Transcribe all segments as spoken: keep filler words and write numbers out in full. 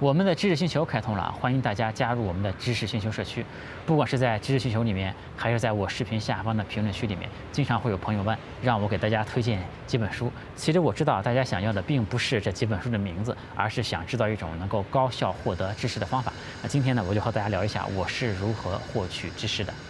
我们的知识星球开通了，欢迎大家加入我们的知识星球社区。不管是在知识星球里面，还是在我视频下方的评论区里面，经常会有朋友问，让我给大家推荐几本书。其实我知道大家想要的并不是这几本书的名字，而是想知道一种能够高效获得知识的方法。那今天呢，我就和大家聊一下我是如何获取知识的。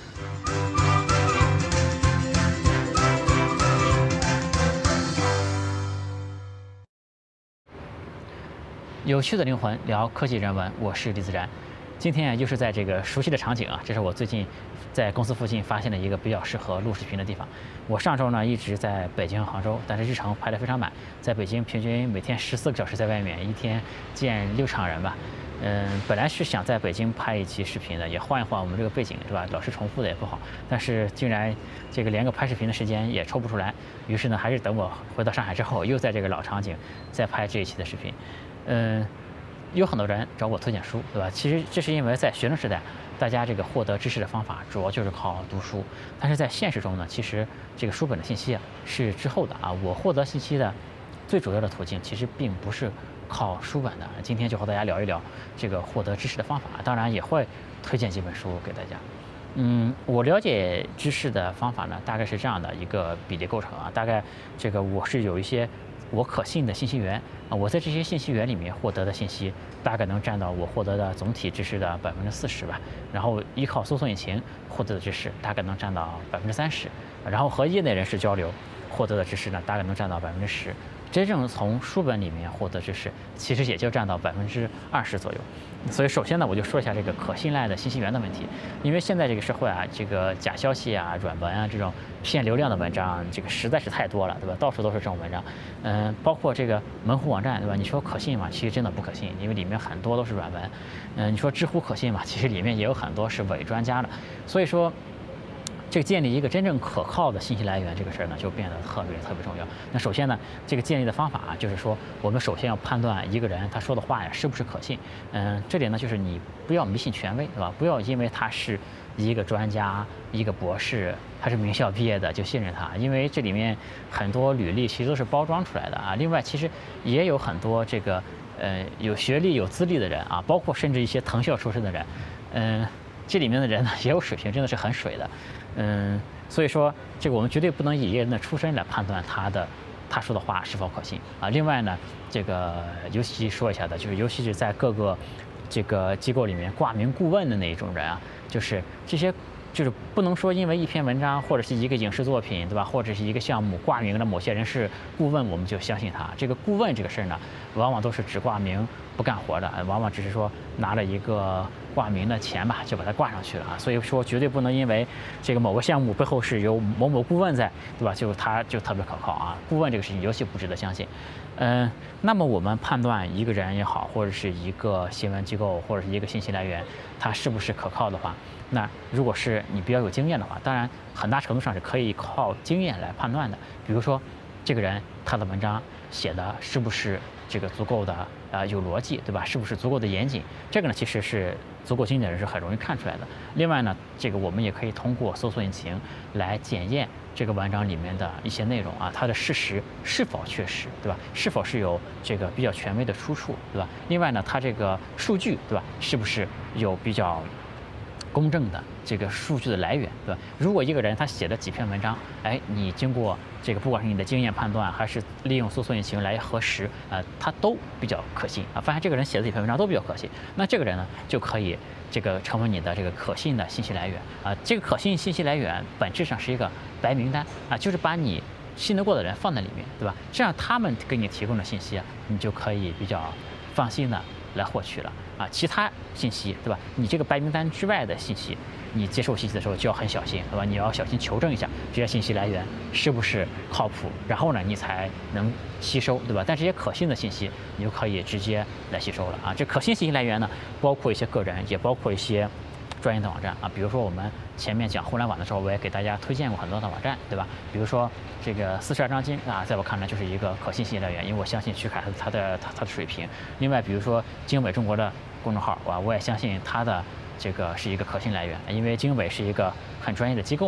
有趣的灵魂聊科技人文，我是李自然。今天啊，又是在这个熟悉的场景啊，这是我最近在公司附近发现的一个比较适合录视频的地方。我上周呢一直在北京、杭州，但是日程排得非常满，在北京平均每天十四个小时在外面，一天见六场人吧。嗯，本来是想在北京拍一期视频的，也换一换我们这个背景，是吧？老是重复的也不好。但是竟然这个连个拍视频的时间也抽不出来，于是呢，还是等我回到上海之后，又在这个老场景再拍这一期的视频。嗯，有很多人找我推荐书，对吧？其实这是因为在学生时代，大家这个获得知识的方法主要就是靠读书。但是在现实中呢，其实这个书本的信息啊是滞后的啊。我获得信息的最主要的途径其实并不是靠书本的。今天就和大家聊一聊这个获得知识的方法，当然也会推荐几本书给大家。嗯，我了解知识的方法呢，大概是这样的一个比例构成啊。大概这个我是有一些我可信的信息源啊，我在这些信息源里面获得的信息，大概能占到我获得的总体知识的百分之四十吧。然后依靠搜索引擎获得的知识，大概能占到百分之三十。然后和业内人士交流获得的知识呢，大概能占到百分之十。真正从书本里面获得知识，其实也就占到百分之二十左右。所以首先呢，我就说一下这个可信赖的信息源的问题。因为现在这个社会啊，这个假消息啊、软文啊这种骗流量的文章，这个实在是太多了，对吧？到处都是这种文章。嗯，包括这个门户网站，对吧？你说可信吗？其实真的不可信，因为里面很多都是软文。嗯，你说知乎可信吗？其实里面也有很多是伪专家的。所以说，这个建立一个真正可靠的信息来源，这个事儿呢就变得特别特别重要。那首先呢，这个建立的方法啊，就是说我们首先要判断一个人他说的话呀是不是可信。嗯，这点呢就是你不要迷信权威，对吧？不要因为他是一个专家、一个博士，他是名校毕业的就信任他，因为这里面很多履历其实都是包装出来的啊。另外，其实也有很多这个呃有学历、有资历的人啊，包括甚至一些藤校出身的人，嗯。这里面的人呢也有水平，真的是很水的，嗯，所以说这个我们绝对不能以一个人的出身来判断他的他说的话是否可信啊。另外呢，这个尤其说一下的，就是尤其是在各个这个机构里面挂名顾问的那一种人啊，就是这些。就是不能说因为一篇文章或者是一个影视作品，对吧？或者是一个项目挂名了某些人是顾问，我们就相信他。这个顾问这个事儿呢，往往都是只挂名不干活的，往往只是说拿了一个挂名的钱吧，就把它挂上去了啊。所以说绝对不能因为这个某个项目背后是有某某顾问在，对吧？就他就特别可靠啊。顾问这个事情尤其不值得相信。嗯，那么我们判断一个人也好，或者是一个新闻机构或者是一个信息来源，它是不是可靠的话，那如果是你比较有经验的话，当然很大程度上是可以靠经验来判断的。比如说，这个人他的文章写的是不是这个足够的呃有逻辑，对吧？是不是足够的严谨？这个呢其实是足够经验的人是很容易看出来的。另外呢，这个我们也可以通过搜索引擎来检验这个文章里面的一些内容啊，它的事实是否确实，对吧？是否是有这个比较权威的出处，对吧？另外呢，它这个数据，对吧？是不是有比较公正的这个数据的来源，对吧？如果一个人他写了几篇文章，哎，你经过这个不管是你的经验判断，还是利用搜索引擎来核实，呃，他都比较可信啊。发现这个人写的几篇文章都比较可信，那这个人呢就可以这个成为你的这个可信的信息来源啊。这个可信信息来源本质上是一个白名单啊，就是把你信得过的人放在里面，对吧？这样他们给你提供的信息啊，你就可以比较放心的来获取了啊。其他信息，对吧？你这个白名单之外的信息，你接受信息的时候就要很小心，对吧？你要小心求证一下这些信息来源是不是靠谱，然后呢，你才能吸收，对吧？但这些可信的信息，你就可以直接来吸收了啊。这可信信息来源呢，包括一些个人，也包括一些专业的网站啊。比如说我们前面讲互联网的时候，我也给大家推荐过很多的网站，对吧？比如说这个四十二章经啊，在我看来就是一个可信信息来源，因为我相信徐凯他的他他的水平。另外，比如说经纬中国的公众号啊，我也相信他的这个是一个可信来源，因为经纬是一个很专业的机构嘛。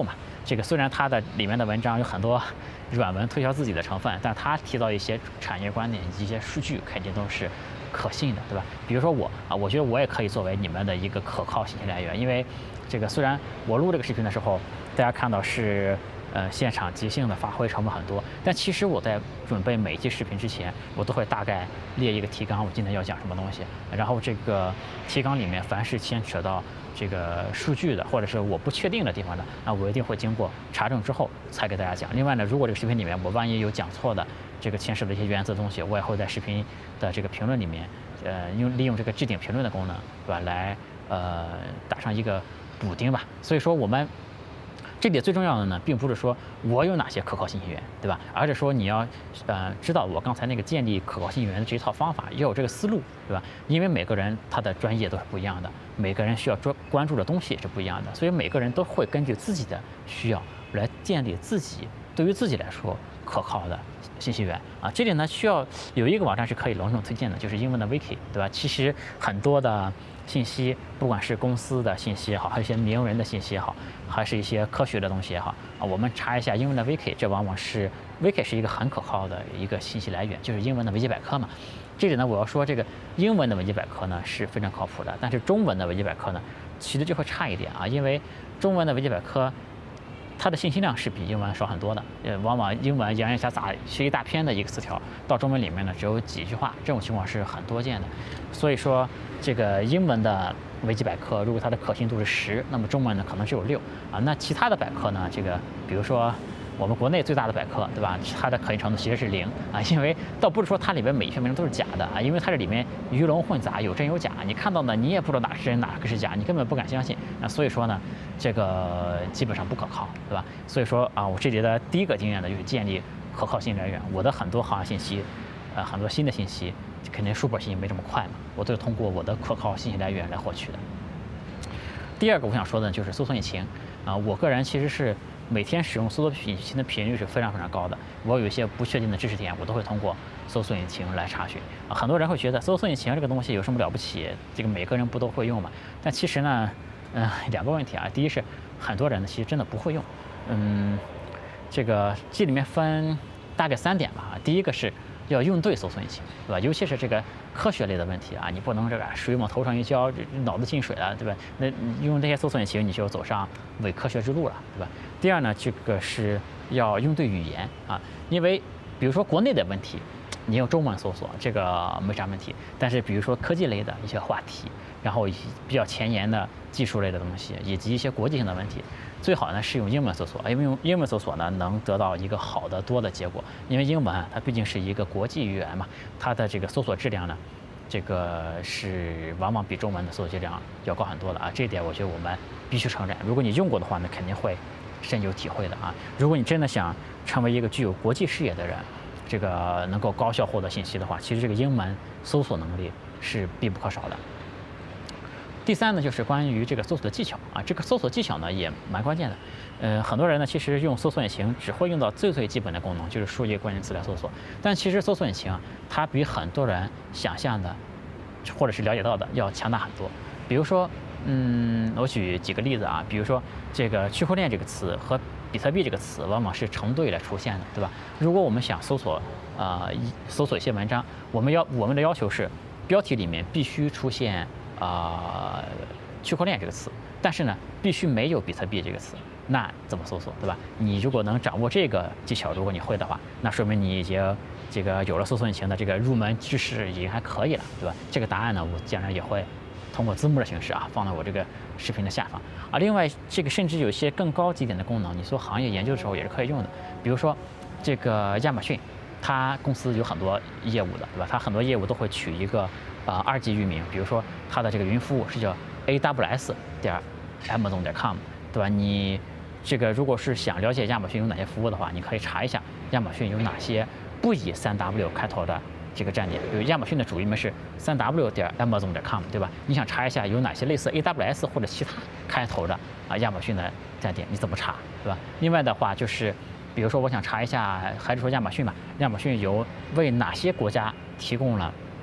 这个虽然它的里面的文章有很多软文推销自己的成分，但它提到一些产业观点以及一些数据，肯定都是可信的，对吧？比如说我啊，我觉得我也可以作为你们的一个可靠信息来源，因为这个虽然我录这个视频的时候，大家看到是呃现场即兴的发挥成本很多，但其实我在准备每一期视频之前，我都会大概列一个提纲，我今天要讲什么东西，然后这个提纲里面凡是牵扯到这个数据的，或者是我不确定的地方的，那我一定会经过查证之后才给大家讲。另外呢，如果这个视频里面我万一有讲错的，这个牵涉的一些原则东西，我也会在视频的这个评论里面，呃，用利用这个置顶评论的功能，对吧？来呃打上一个补丁吧。所以说我们这里最重要的呢，并不是说我有哪些可靠信息源，对吧？而是说你要呃知道我刚才那个建立可靠信息源的这一套方法，要有这个思路，对吧？因为每个人他的专业都是不一样的，每个人需要专关注的东西也是不一样的，所以每个人都会根据自己的需要来建立自己对于自己来说可靠的信息源啊。这里呢需要有一个网站是可以隆重推荐的，就是英文的 Wiki， 对吧？其实很多的信息，不管是公司的信息也好，还有一些名人的信息也好，还是一些科学的东西也好啊，我们查一下英文的 Wiki， 这往往是 Wiki 是一个很可靠的一个信息来源，就是英文的维基百科嘛。这里呢，我要说这个英文的维基百科呢是非常靠谱的，但是中文的维基百科呢，其实就会差一点啊，因为中文的维基百科它的信息量是比英文少很多的，呃，往往英文洋洋洒洒写一大篇的一个词条，到中文里面呢只有几句话，这种情况是很多见的。所以说，这个英文的维基百科，如果它的可信度是十，那么中文呢可能只有六啊。那其他的百科呢，这个比如说我们国内最大的百科，对吧？它的可信程度其实是零啊，因为倒不是说它里面每一篇文章都是假的啊，因为它这里面鱼龙混杂，有真有假，你看到呢，你也不知道哪个是真哪个是假，你根本不敢相信啊。所以说呢，这个基本上不可靠，对吧？所以说啊，我这里的第一个经验呢，就是建立可靠信息来源。我的很多行业信息，呃，很多新的信息，肯定书本信息没这么快嘛，我都是通过我的可靠信息来源来获取的。第二个我想说的就是搜索引擎啊，我个人其实是每天使用搜索引擎的频率是非常非常高的。我有一些不确定的知识点，我都会通过搜索引擎来查询啊。很多人会觉得搜索引擎这个东西有什么了不起？这个每个人不都会用嘛？但其实呢，嗯、呃，两个问题啊。第一是很多人呢其实真的不会用，嗯，这个这里面分大概三点吧。第一个是要用对搜索引擎，对吧？尤其是这个科学类的问题啊，你不能这个水往头上一浇，脑子进水了，对吧？那用这些搜索引擎，你就走上伪科学之路了，对吧？第二呢，这个是要用对语言啊，因为比如说国内的问题，你用中文搜索这个没啥问题，但是比如说科技类的一些话题，然后比较前沿的技术类的东西，以及一些国际性的问题，最好呢是用英文搜索，因为用英文搜索呢能得到一个好的多的结果，因为英文啊它毕竟是一个国际语言嘛，它的这个搜索质量呢，这个是往往比中文的搜索质量要高很多的啊，这一点我觉得我们必须承认。如果你用过的话呢，肯定会深有体会的啊。如果你真的想成为一个具有国际视野的人，这个能够高效获得信息的话，其实这个英文搜索能力是必不可少的。第三呢，就是关于这个搜索的技巧啊，这个搜索技巧呢也蛮关键的。呃，很多人呢其实用搜索引擎只会用到最最基本的功能，就是输一个关键词来搜索。但其实搜索引擎啊，它比很多人想象的，或者是了解到的要强大很多。比如说，嗯，我举几个例子啊，比如说这个区块链这个词和比特币这个词往往是成对来出现的，对吧？如果我们想搜索，呃，搜索一些文章，我们要我们的要求是标题里面必须出现啊、呃、区块链这个词，但是呢必须没有比特币这个词，那怎么搜索，对吧？你如果能掌握这个技巧，如果你会的话，那说明你已经这个有了搜索引擎的这个入门知识已经还可以了，对吧？这个答案呢，我将来也会通过字幕的形式啊放到我这个视频的下方啊。另外，这个甚至有一些更高级点的功能，你做行业研究的时候也是可以用的。比如说，这个亚马逊，它公司有很多业务的，对吧？它很多业务都会取一个呃二级域名，比如说它的这个云服务是叫 A W S 点 Amazon 点 com， 对吧？你这个如果是想了解亚马逊有哪些服务的话，你可以查一下亚马逊有哪些不以三 W 开头的这个站点，比如亚马逊的主域名是三 W 点 Amazon 点 com， 对吧？你想查一下有哪些类似 A W S 或者其他开头的啊亚马逊的站点，你怎么查，对吧？另外的话就是，比如说我想查一下，还是说亚马逊吧，亚马逊有为哪些国家提供了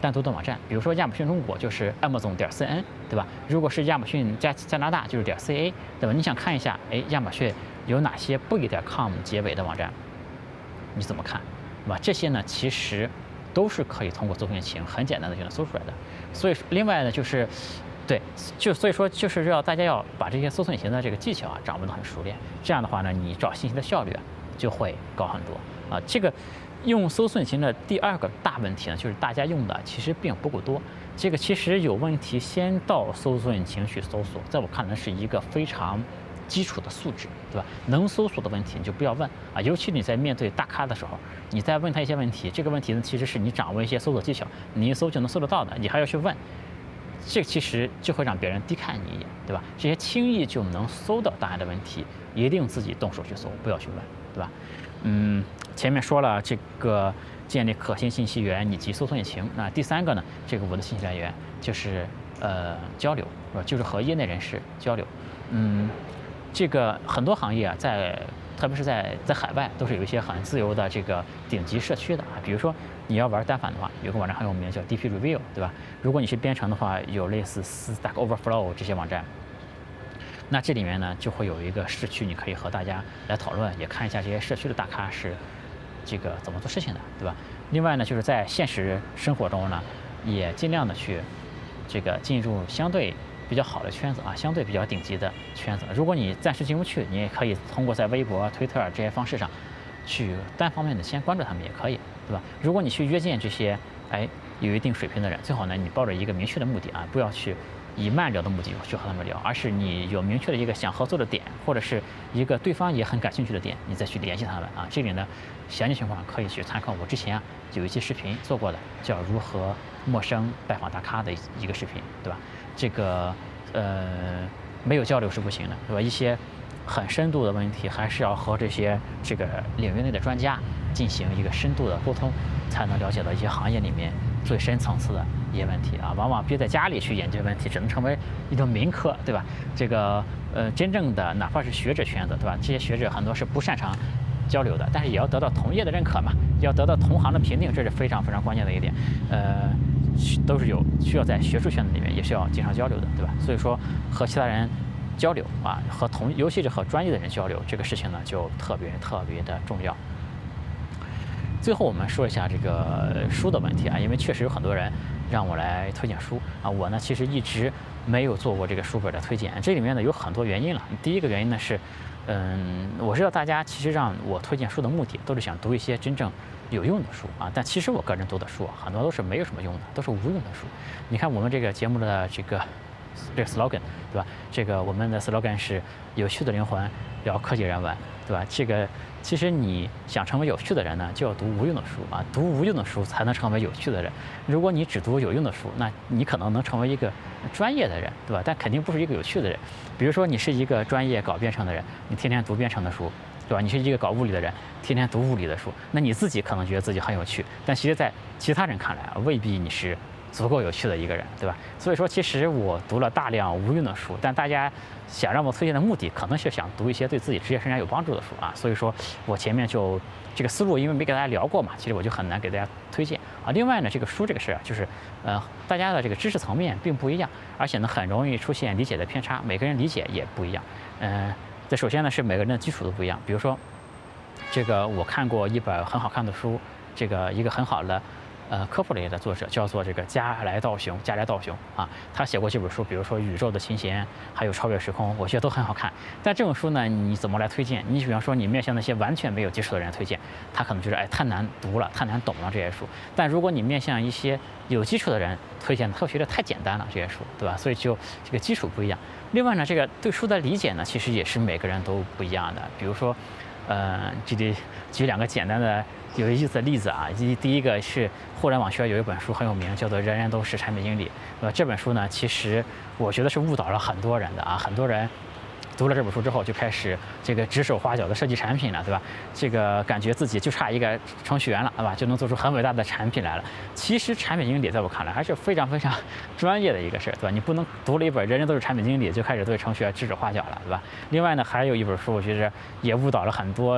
单独的网站，比如说亚马逊中国就是 amazon 点 cn， 对吧？如果是亚马逊加加拿大就是点 ca， 对吧？你想看一下，哎，亚马逊有哪些不以点 com 结尾的网站，你怎么看，对吧？这些呢，其实都是可以通过搜索引擎很简单的就能搜出来的。所以另外呢，就是，对，就所以说就是要大家要把这些搜索引擎的这个技巧啊掌握得很熟练，这样的话呢，你找信息的效率啊就会高很多啊。这个用搜索引擎的第二个大问题呢，就是大家用的其实并不够多。这个其实有问题，先到搜索引擎去搜索，在我看来是一个非常基础的素质，对吧？能搜索的问题你就不要问啊，尤其你在面对大咖的时候，你再问他一些问题，这个问题呢其实是你掌握一些搜索技巧，你一搜就能搜得到的，你还要去问，这其实就会让别人低看你一眼，对吧？这些轻易就能搜到答案的问题，一定自己动手去搜，不要去问，对吧？嗯，前面说了这个建立可信信息源以及搜索引擎，那第三个呢，这个我的信息来源就是呃交流，是吧？就是和业内人士交流。嗯，这个很多行业啊，在特别是在在海外，都是有一些很自由的这个顶级社区的啊。比如说你要玩单反的话，有个网站很有名叫 D P Review， 对吧？如果你去编程的话，有类似 Stack Overflow 这些网站。那这里面呢，就会有一个社区，你可以和大家来讨论，也看一下这些社区的大咖是这个怎么做事情的，对吧？另外呢，就是在现实生活中呢，也尽量的去这个进入相对比较好的圈子啊，相对比较顶级的圈子。如果你暂时进不去，你也可以通过在微博、推特这些方式上去单方面的先关注他们也可以，对吧？如果你去约见这些哎有一定水平的人，最好呢你抱着一个明确的目的啊，不要去以慢聊的目的去和他们聊，而是你有明确的一个想合作的点，或者是一个对方也很感兴趣的点，你再去联系他们啊。这里呢，详细情况可以去参考我之前啊有一期视频做过的，叫如何陌生拜访大咖的一个视频，对吧？这个呃没有交流是不行的，对吧？一些很深度的问题，还是要和这些这个领域内的专家进行一个深度的沟通，才能了解到一些行业里面最深层次的一些问题啊。往往憋在家里去研究问题，只能成为一种民科，对吧？这个呃，真正的哪怕是学者圈子，对吧？这些学者很多是不擅长交流的，但是也要得到同业的认可嘛，要得到同行的评定，这是非常非常关键的一点。呃，都是有需要在学术圈子里面也是要经常交流的，对吧？所以说和其他人交流啊，和同尤其是和专业的人交流，这个事情呢就特别特别的重要。最后我们说一下这个书的问题啊，因为确实有很多人让我来推荐书啊，我呢其实一直没有做过这个书本的推荐，这里面呢有很多原因了。第一个原因呢是，嗯，我知道大家其实让我推荐书的目的都是想读一些真正有用的书啊，但其实我个人读的书啊，很多都是没有什么用的，都是无用的书。你看我们这个节目的这个这个 slogan， 对吧？这个我们的 slogan 是有趣的灵魂聊科技人文，对吧？这个其实你想成为有趣的人呢，就要读无用的书啊，读无用的书才能成为有趣的人。如果你只读有用的书，那你可能能成为一个专业的人，对吧？但肯定不是一个有趣的人。比如说你是一个专业搞编程的人，你天天读编程的书，对吧？你是一个搞物理的人，天天读物理的书，那你自己可能觉得自己很有趣，但其实在其他人看来啊，未必你是足够有趣的一个人，对吧？所以说，其实我读了大量无用的书，但大家想让我推荐的目的，可能是想读一些对自己职业生涯有帮助的书啊。所以说我前面就这个思路，因为没给大家聊过嘛，其实我就很难给大家推荐啊。另外呢，这个书这个事儿啊，就是呃，大家的这个知识层面并不一样，而且呢，很容易出现理解的偏差，每个人理解也不一样。嗯、呃，这首先呢是每个人的基础都不一样，比如说这个我看过一本很好看的书，这个一个很好的。呃，科普类的作者叫做这个加来道雄，加来道雄啊，他写过几本书，比如说《宇宙的琴弦》，还有《超越时空》，我觉得都很好看。但这种书呢，你怎么来推荐？你比方说，你面向那些完全没有基础的人推荐，他可能觉得哎太难读了，太难懂了这些书。但如果你面向一些有基础的人推荐，他会觉得太简单了这些书，对吧？所以就这个基础不一样。另外呢，这个对书的理解呢，其实也是每个人都不一样的。比如说，呃，这里举两个简单的有意思的例子啊。第第一个是互联网学有一本书很有名，叫做《人人都是产品经理》。呃，这本书呢，其实我觉得是误导了很多人的啊，很多人读了这本书之后就开始这个指手画脚的设计产品了，对吧？这个感觉自己就差一个程序员了，对吧？就能做出很伟大的产品来了。其实产品经理在我看来还是非常非常专业的一个事儿，对吧？你不能读了一本人人都是产品经理就开始对程序员指手画脚了，对吧？另外呢，还有一本书，我觉得也误导了很多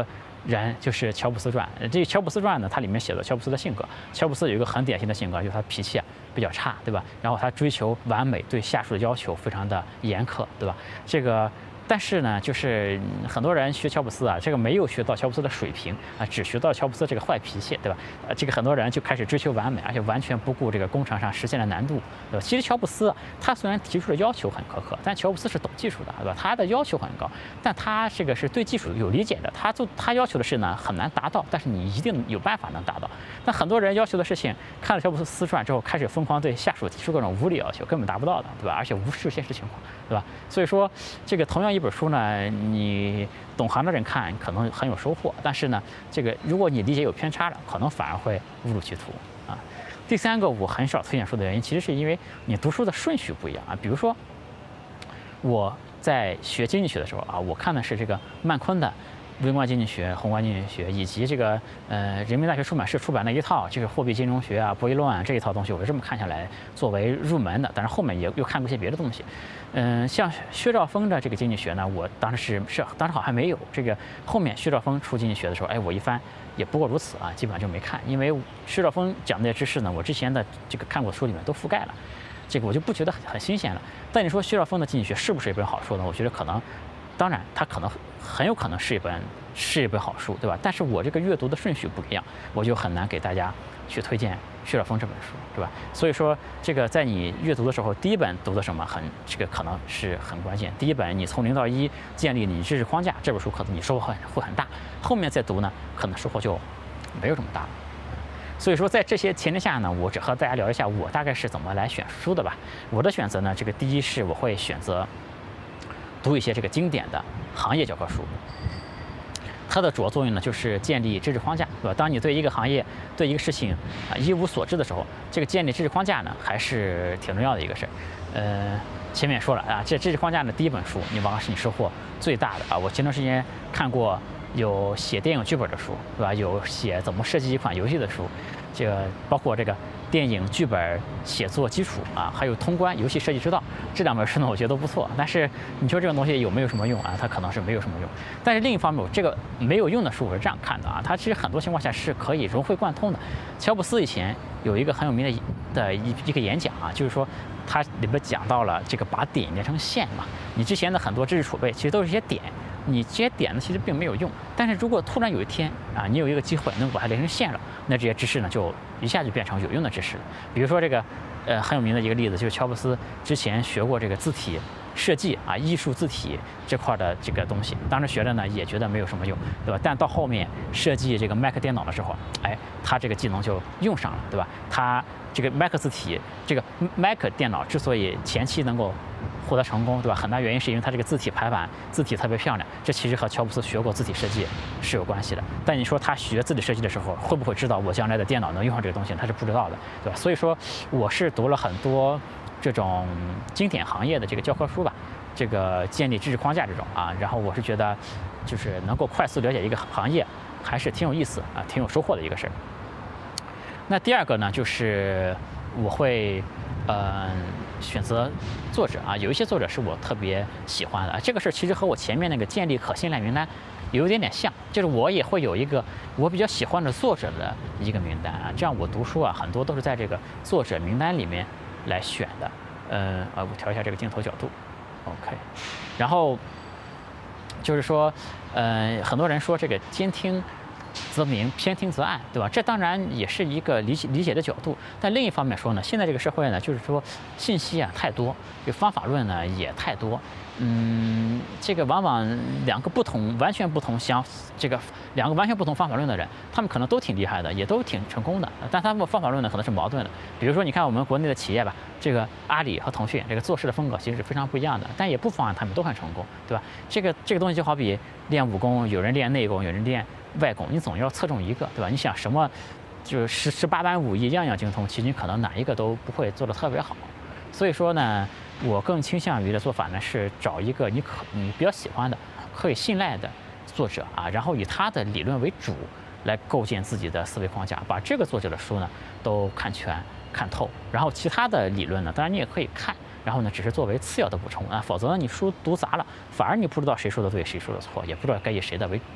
人就是乔布斯传。这个乔布斯传呢，它里面写的乔布斯的性格。乔布斯有一个很典型的性格，就是他脾气啊比较差，对吧？然后他追求完美，对下属的要求非常的严苛，对吧？这个。但是呢，就是很多人学乔布斯啊，这个没有学到乔布斯的水平啊，只学到乔布斯这个坏脾气，对吧？呃，这个很多人就开始追求完美，而且完全不顾这个工程上实现的难度，对吧？其实乔布斯他虽然提出的要求很苛刻，但乔布斯是懂技术的，对吧？他的要求很高，但他这个是对技术有理解的，他做他要求的事呢很难达到，但是你一定有办法能达到。但很多人要求的事情，看了乔布斯传之后，开始疯狂对下属提出各种无理要求，根本达不到的，对吧？而且无视现实情况，对吧？所以说，这个同样一本书呢，你懂行的人看可能很有收获，但是呢，这个如果你理解有偏差了，可能反而会误入歧途啊。第三个我很少推荐书的原因，其实是因为你读书的顺序不一样啊。比如说，我在学经济学的时候啊，我看的是这个曼昆的微观经济学、宏观经济学，以及这个呃人民大学出版社出版的一套这个货币金融学啊、博弈论啊这一套东西，我就这么看下来作为入门的。但是后面也又看过一些别的东西，嗯，像薛兆丰的这个经济学呢，我当时是是当时好像没有这个，后面薛兆丰出经济学的时候，哎，我一翻也不过如此啊，基本上就没看，因为薛兆丰讲的知识呢，我之前的这个看过的书里面都覆盖了，这个我就不觉得很很新鲜了。但你说薛兆丰的经济学是不是一本好书呢？我觉得可能。当然，它可能很有可能是一本是一本好书，对吧？但是我这个阅读的顺序不一样，我就很难给大家去推荐薛兆丰这本书，对吧？所以说，这个在你阅读的时候，第一本读的什么很这个可能是很关键。第一本你从零到一建立你知识框架，这本书可能你收获会很大。后面再读呢，可能收获就没有这么大了。所以说，在这些前提下呢，我只和大家聊一下我大概是怎么来选书的吧。我的选择呢，这个第一是我会选择。读一些这个经典的行业教科书，它的主要作用呢就是建立知识框架，对吧？当你对一个行业、对一个事情啊一无所知的时候，这个建立知识框架呢还是挺重要的一个事儿。呃，前面说了啊，这知识框架的第一本书，你往往是你收获最大的啊。我前段时间看过有写电影剧本的书，对吧？有写怎么设计一款游戏的书，这个包括这个。电影剧本写作基础啊，还有通关游戏设计之道，这两本书呢，我觉得都不错。但是你说这个东西有没有什么用啊？它可能是没有什么用。但是另一方面，我这个没有用的书我是这样看的啊，它其实很多情况下是可以融会贯通的。乔布斯以前有一个很有名的的一一个演讲啊，就是说他里边讲到了这个把点连成线嘛。你之前的很多知识储备其实都是一些点。你这些点呢，其实并没有用，但是如果突然有一天啊，你有一个机会能把它连成线了，那这些知识呢，就一下就变成有用的知识了。比如说这个，呃，很有名的一个例子，就是乔布斯之前学过这个字体设计啊，艺术字体这块的这个东西，当时学的呢也觉得没有什么用，对吧？但到后面设计这个 Mac 电脑的时候，哎，他这个技能就用上了，对吧？他这个 Mac 字体，这个 Mac 电脑之所以前期能够获得成功，对吧？很大原因是因为它这个字体排版字体特别漂亮，这其实和乔布斯学过字体设计是有关系的。但你说他学字体设计的时候，会不会知道我将来的电脑能用上这个东西？他是不知道的，对吧？所以说，我是读了很多这种经典行业的这个教科书吧，这个建立知识框架这种啊，然后我是觉得，就是能够快速了解一个行业，还是挺有意思啊，挺有收获的一个事儿。那第二个呢，就是我会，呃，选择作者啊，有一些作者是我特别喜欢的。这个事儿其实和我前面那个建立可信赖名单有一点点像，就是我也会有一个我比较喜欢的作者的一个名单啊。这样我读书啊，很多都是在这个作者名单里面来选的。呃，啊，我调一下这个镜头角度 ，OK。然后就是说，呃，很多人说这个监听则明，偏听则暗，对吧？这当然也是一个理解理解的角度。但另一方面说呢，现在这个社会呢，就是说信息啊太多，这个方法论呢也太多。嗯，这个往往两个不同、完全不同相这个两个完全不同方法论的人，他们可能都挺厉害的，也都挺成功的，但他们方法论呢可能是矛盾的。比如说，你看我们国内的企业吧，这个阿里和腾讯这个做事的风格其实是非常不一样的，但也不妨碍他们都很成功，对吧？这个这个东西就好比练武功，有人练内功，有人练外功，你总要侧重一个，对吧？你想什么，就是十十八般武艺样样精通，其实你可能哪一个都不会做得特别好。所以说呢，我更倾向于的做法呢是找一个你可你比较喜欢的、可以信赖的作者啊，然后以他的理论为主来构建自己的思维框架，把这个作者的书呢都看全、看透，然后其他的理论呢，当然你也可以看，然后呢只是作为次要的补充啊，否则呢你书读杂了，反而你不知道谁说的对，谁说的错，也不知道该以谁的为准。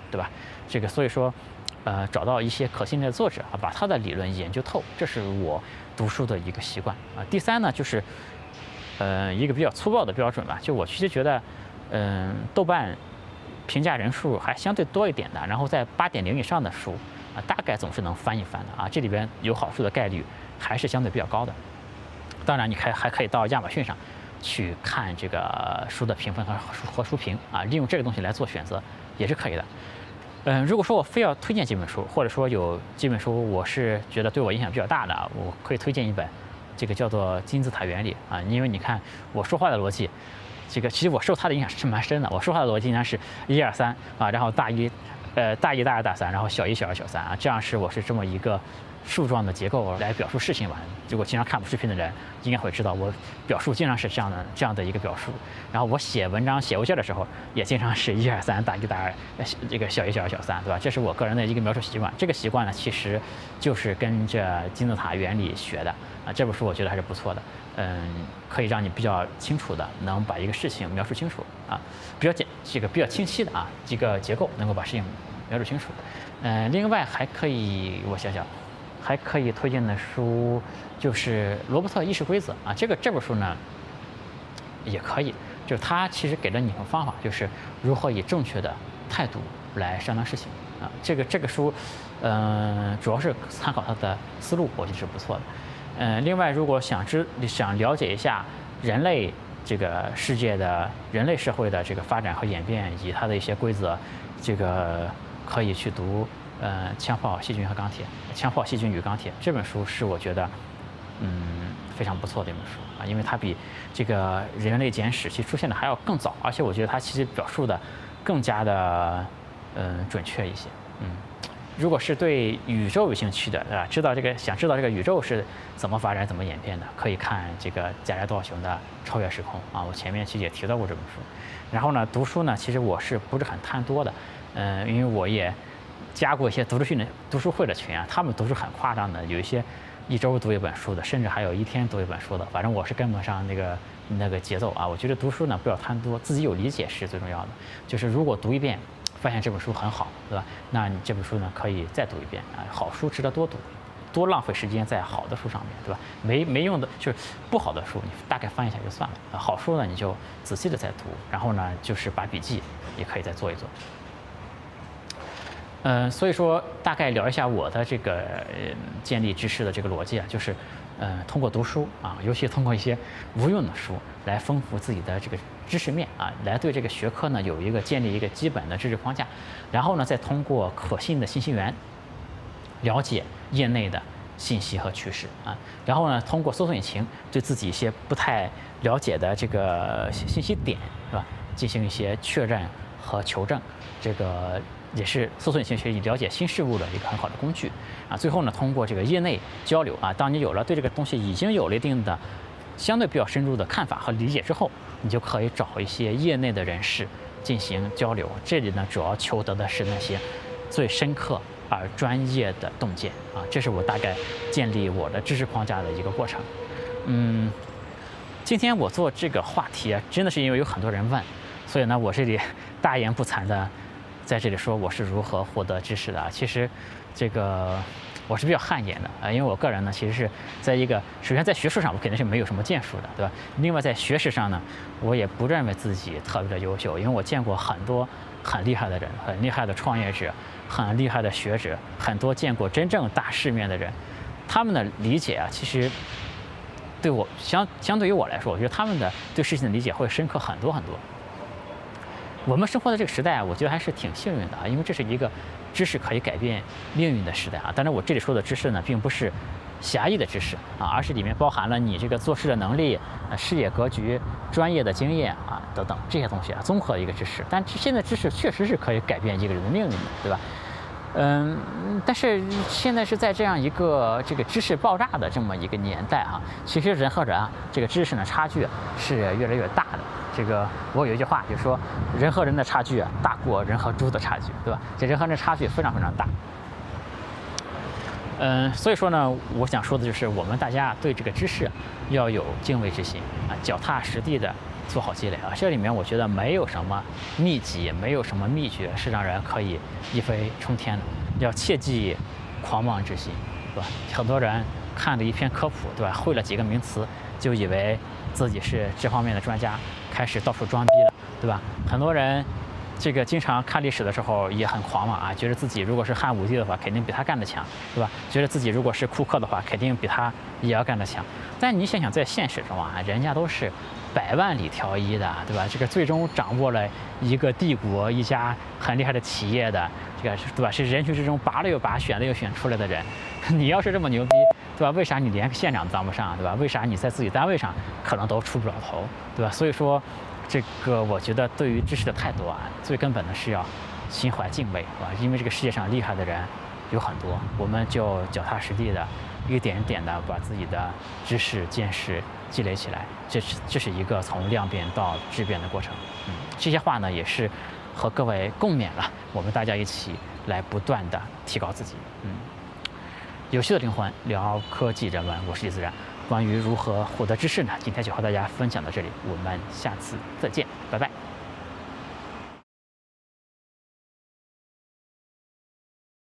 对吧？这个所以说，呃，找到一些可信的作者啊，把他的理论研究透，这是我读书的一个习惯啊。第三呢，就是，呃，一个比较粗暴的标准吧，就我其实觉得，嗯、呃，豆瓣评价人数还相对多一点的，然后在八点零以上的书啊，大概总是能翻一翻的啊，这里边有好处的概率还是相对比较高的。当然，你还还可以到亚马逊上去看这个书的评分和和书评啊，利用这个东西来做选择也是可以的。嗯，如果说我非要推荐几本书，或者说有几本书我是觉得对我影响比较大的，我可以推荐一本，这个叫做《金字塔原理》啊，因为你看我说话的逻辑，这个其实我受它的影响是蛮深的。我说话的逻辑呢是一二三啊，然后大一，呃大一大二大三，然后小一小二小三啊，这样是我是这么一个树状的结构来表述事情吧。如果经常看我视频的人应该会知道，我表述经常是这样的这样的一个表述。然后我写文章写邮件的时候，也经常是一二三大一大二，这个小一小二小三，对吧？这是我个人的一个描述习惯。这个习惯呢，其实就是跟着金字塔原理学的啊。这本书我觉得还是不错的，嗯，可以让你比较清楚的能把一个事情描述清楚啊，比较简这个比较清晰的啊一个结构能够把事情描述清楚。嗯，另外还可以我想想。还可以推荐的书就是罗伯特议事规则啊，这个这本书呢也可以，就是它其实给了你一种方法，就是如何以正确的态度来商量事情啊。这个这个书，嗯、呃，主要是参考它的思路，我觉得是不错的。嗯、呃，另外如果想知想了解一下人类这个世界的人类社会的这个发展和演变以及它的一些规则，这个可以去读。呃，枪炮、细菌和钢铁，枪炮、细菌与钢铁这本书是我觉得，嗯，非常不错的一本书啊，因为它比这个人类简史其实出现的还要更早，而且我觉得它其实表述的更加的，嗯、呃，准确一些。嗯，如果是对宇宙有兴趣的，对吧？知道这个想知道这个宇宙是怎么发展、怎么演变的，可以看这个加来道雄的《超越时空》啊，我前面其实也提到过这本书。然后呢，读书呢，其实我是不是很贪多的？嗯、呃，因为我也。加过一些读书训的读书会的群啊，他们读书很夸张的，有一些一周读一本书的，甚至还有一天读一本书的。反正我是跟不上那个那个节奏啊。我觉得读书呢不要贪多，自己有理解是最重要的。就是如果读一遍发现这本书很好，对吧？那你这本书呢可以再读一遍啊。好书值得多读，多浪费时间在好的书上面，对吧？没没用的就是不好的书，你大概翻一下就算了。好书呢你就仔细的再读，然后呢就是把笔记也可以再做一做。嗯，所以说大概聊一下我的这个、呃、建立知识的这个逻辑啊，就是，呃，通过读书啊，尤其通过一些无用的书来丰富自己的这个知识面啊，来对这个学科呢有一个建立一个基本的知识框架，然后呢再通过可信的信息源了解业内的信息和趋势啊，然后呢通过搜索引擎对自己一些不太了解的这个信息点是吧，进行一些确认和求证，这个。也是搜索引擎学习了解新事物的一个很好的工具啊。最后呢，通过这个业内交流啊，当你有了对这个东西已经有了一定的相对比较深入的看法和理解之后，你就可以找一些业内的人士进行交流。这里呢，主要求得的是那些最深刻而专业的洞见啊。这是我大概建立我的知识框架的一个过程。嗯，今天我做这个话题啊，真的是因为有很多人问，所以呢，我这里大言不惭的。在这里说我是如何获得知识的啊，其实这个我是比较汗颜的啊，因为我个人呢其实是在一个首先在学术上我肯定是没有什么建树的，对吧？另外在学识上呢，我也不认为自己特别的优秀，因为我见过很多很厉害的人，很厉害的创业者，很厉害的学者，很多见过真正大世面的人，他们的理解啊，其实对我相相对于我来说，我觉得他们的对事情的理解会深刻很多很多。我们生活的这个时代啊，我觉得还是挺幸运的啊，因为这是一个知识可以改变命运的时代啊。当然，我这里说的知识呢，并不是狭义的知识啊，而是里面包含了你这个做事的能力、呃、视野格局、专业的经验啊等等这些东西啊，综合的一个知识。但现在知识确实是可以改变一个人的命运的，对吧？嗯，但是现在是在这样一个这个知识爆炸的这么一个年代啊，其实人和人啊，这个知识呢差距是越来越大的。这个我有一句话就是说，人和人的差距啊，大过人和猪的差距，对吧？这人和人的差距非常非常大。 嗯，所以说呢，我想说的就是我们大家对这个知识要有敬畏之心啊，脚踏实地的做好积累啊。这里面我觉得没有什么秘籍，没有什么秘诀是让人可以一飞冲天的，要切忌狂妄之心，对吧？很多人看了一篇科普，对吧？会了几个名词，就以为自己是这方面的专家，开始到处装逼了，对吧？很多人。这个经常看历史的时候也很狂妄啊，觉得自己如果是汉武帝的话，肯定比他干得强，对吧？觉得自己如果是库克的话，肯定比他也要干得强。但你想想，在现实中啊，人家都是百万里挑一的，对吧？这个最终掌握了一个帝国、一家很厉害的企业的，这个对吧？是人群之中拔了又拔、选了又选出来的人。你要是这么牛逼，对吧？为啥你连个县长都当不上，对吧？为啥你在自己单位上可能都出不了头，对吧？所以说。这个我觉得对于知识的态度啊，最根本的是要心怀敬畏，是吧？因为这个世界上厉害的人有很多，我们就脚踏实地的，一点一点的把自己的知识见识积累起来，这是这是一个从量变到质变的过程。嗯，这些话呢也是和各位共勉了，我们大家一起来不断的提高自己。嗯，有趣的灵魂聊科技人文，我是李自然。关于如何获得知识呢？今天就和大家分享到这里，我们下次再见，拜拜。